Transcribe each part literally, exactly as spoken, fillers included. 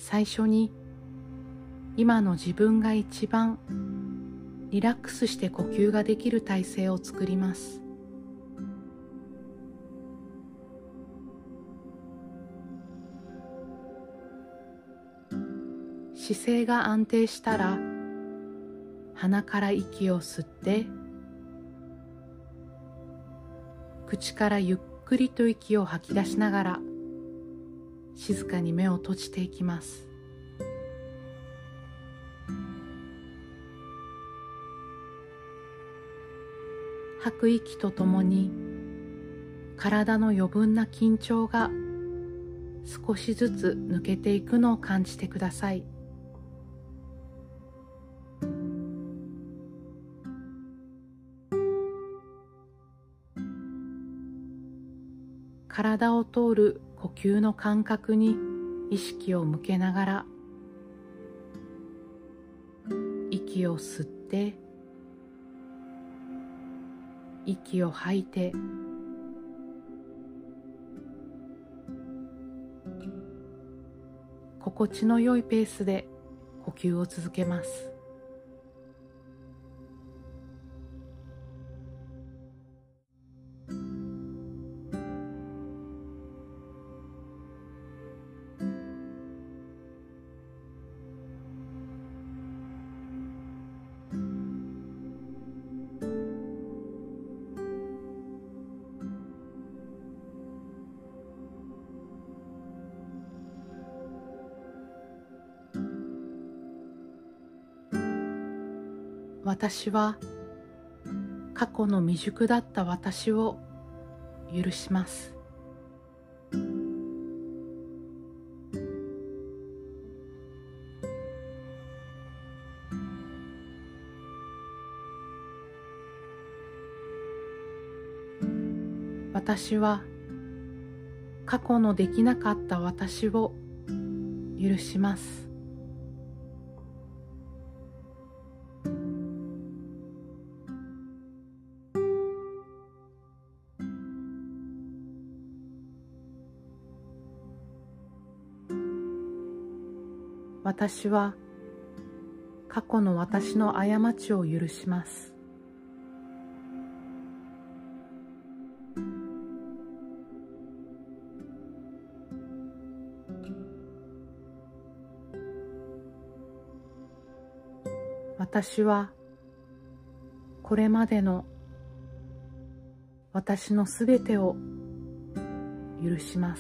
最初に今の自分が一番リラックスして呼吸ができる体勢を作ります。姿勢が安定したら、鼻から息を吸って、口からゆっくりと息を吐き出しながら、静かに目を閉じていきます。吐く息とともに、体の余分な緊張が少しずつ抜けていくのを感じてください。体を通る呼吸の感覚に意識を向けながら、息を吸って息を吐いて、心地の良いペースで呼吸を続けます。私は過去の未熟だった私を許します。私は過去のできなかった私を許します。私は過去の私の過ちを許します。私はこれまでの私のすべてを許します。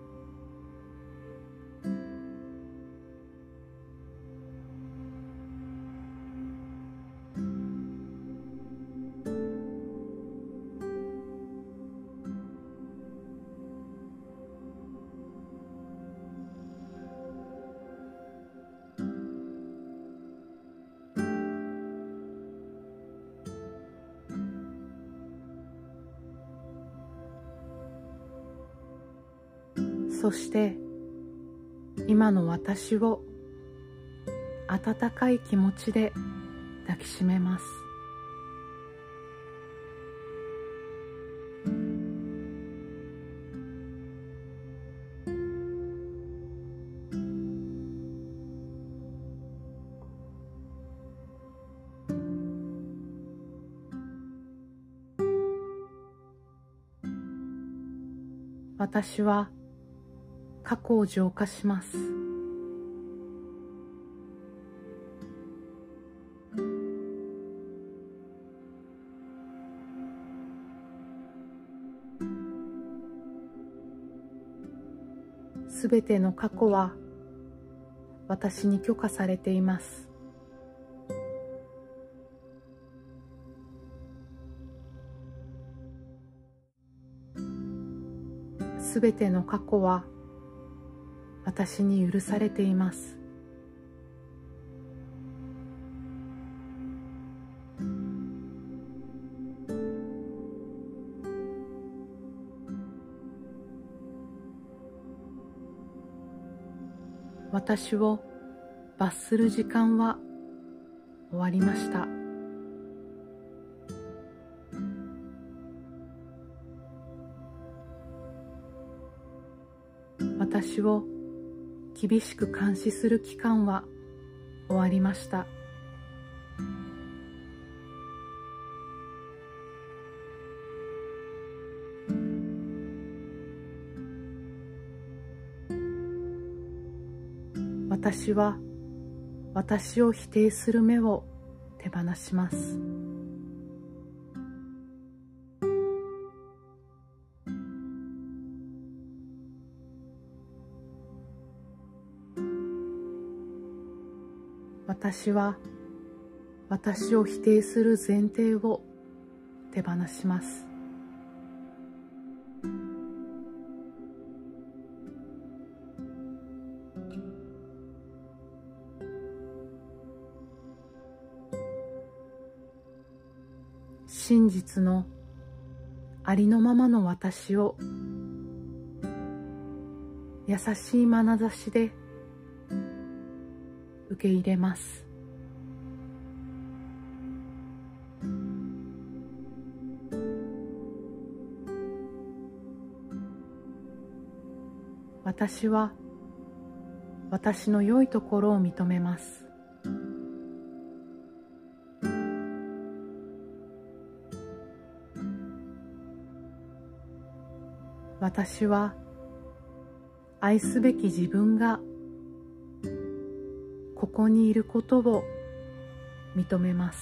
そして今の私を温かい気持ちで抱きしめます。私は過去を浄化します。すべての過去は私に許可されています。すべての過去は私に許されています。私を罰する時間は終わりました。私を厳しく監視する期間は終わりました。私は私を否定する目を手放します。私は私を否定する前提を手放します。真実のありのままの私を優しい眼差しで受け入れます。私は私の良いところを認めます。私は愛すべき自分がここにいることを認めます。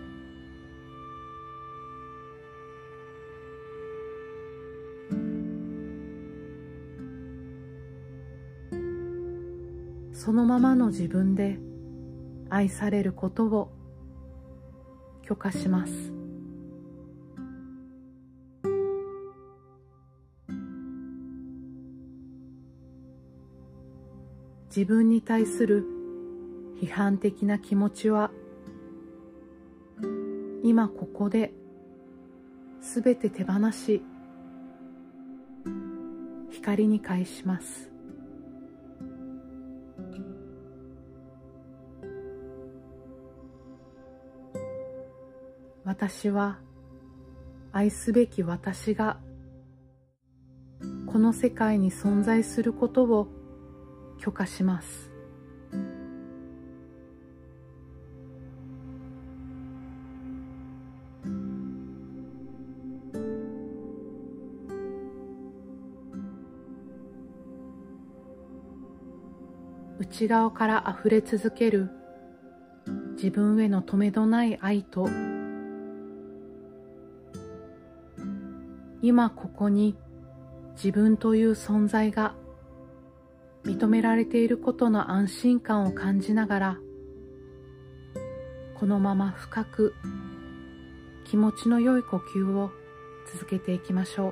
そのままの自分で愛されることを許可します。自分に対する批判的な気持ちは今ここですべて手放し光に返します。私は愛すべき私がこの世界に存在することを許可します。内側からあふれ続ける自分への止めどない愛と、今ここに自分という存在が認められていることの安心感を感じながら、このまま深く気持ちの良い呼吸を続けていきましょう。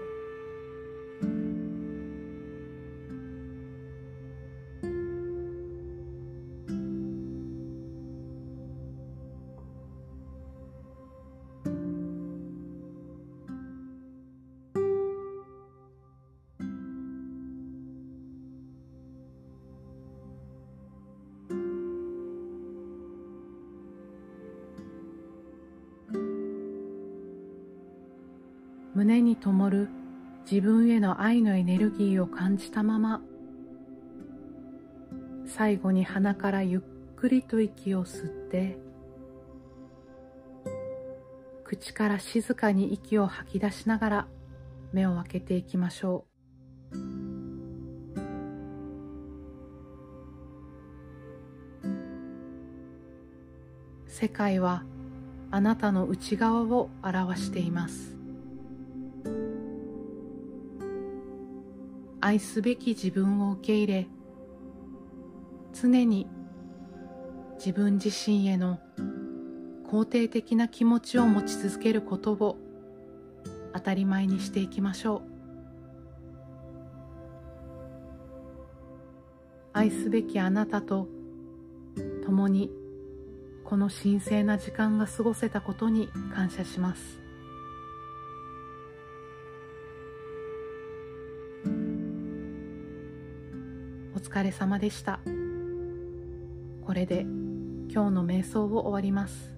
胸に灯る自分への愛のエネルギーを感じたまま、最後に鼻からゆっくりと息を吸って、口から静かに息を吐き出しながら目を開けていきましょう。世界はあなたの内側を表しています。愛すべき自分を受け入れ、常に自分自身への肯定的な気持ちを持ち続けることを当たり前にしていきましょう。愛すべきあなたと共にこの神聖な時間が過ごせたことに感謝します。お疲れ様でした。これで今日の瞑想を終わります。